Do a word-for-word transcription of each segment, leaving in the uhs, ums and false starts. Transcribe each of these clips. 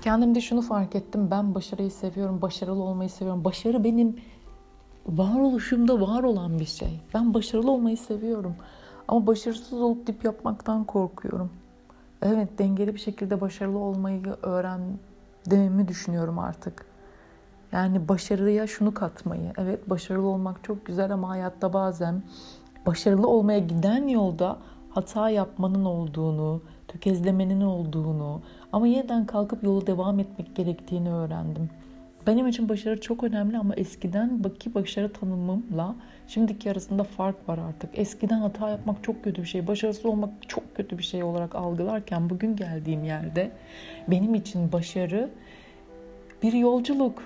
Kendimde şunu fark ettim. Ben başarıyı seviyorum, başarılı olmayı seviyorum. Başarı benim varoluşumda var olan bir şey. Ben başarılı olmayı seviyorum. Ama başarısız olup dip yapmaktan korkuyorum. Evet, dengeli bir şekilde başarılı olmayı öğrendiğimi düşünüyorum artık. Yani başarıya şunu katmayı. Evet, başarılı olmak çok güzel ama hayatta bazen başarılı olmaya giden yolda hata yapmanın olduğunu, tökezlemenin olduğunu ama yeniden kalkıp yola devam etmek gerektiğini öğrendim. Benim için başarı çok önemli ama eskiden baki başarı tanımımla şimdiki arasında fark var artık. Eskiden hata yapmak çok kötü bir şey, başarısız olmak çok kötü bir şey olarak algılarken bugün geldiğim yerde benim için başarı bir yolculuk.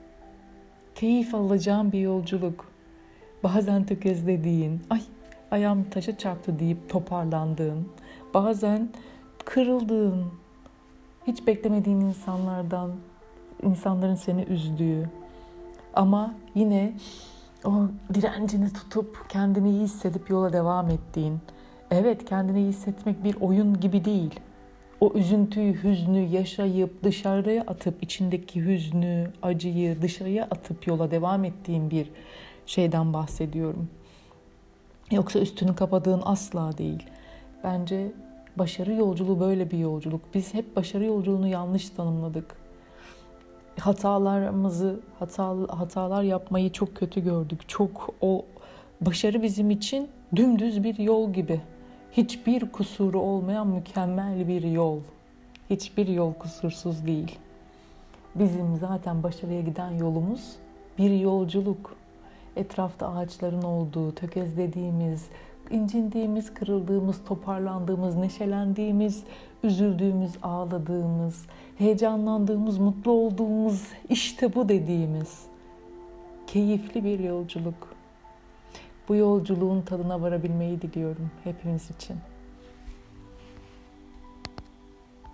Keyif alacağım bir yolculuk. Bazen tökezlediğin, ay ayağım taşa çarptı deyip toparlandığın, bazen kırıldığın, hiç beklemediğin insanlardan, insanların seni üzdüğü ama yine o direncini tutup kendini iyi hissedip yola devam ettiğin. Evet, kendini iyi hissetmek bir oyun gibi değil. O üzüntüyü, hüznü yaşayıp dışarıya atıp içindeki hüznü, acıyı dışarıya atıp yola devam ettiğin bir şeyden bahsediyorum. Yoksa üstünü kapadığın asla değil. Bence başarı yolculuğu böyle bir yolculuk. Biz hep başarı yolculuğunu yanlış tanımladık. Hatalarımızı, hatalı, hatalar yapmayı çok kötü gördük. Çok o başarı bizim için dümdüz bir yol gibi. Hiçbir kusuru olmayan mükemmel bir yol. Hiçbir yol kusursuz değil. Bizim zaten başarıya giden yolumuz bir yolculuk. Etrafta ağaçların olduğu, tökezlediğimiz, incindiğimiz, kırıldığımız, toparlandığımız, neşelendiğimiz, üzüldüğümüz, ağladığımız, heyecanlandığımız, mutlu olduğumuz, işte bu dediğimiz keyifli bir yolculuk. Bu yolculuğun tadına varabilmeyi diliyorum hepimiz için.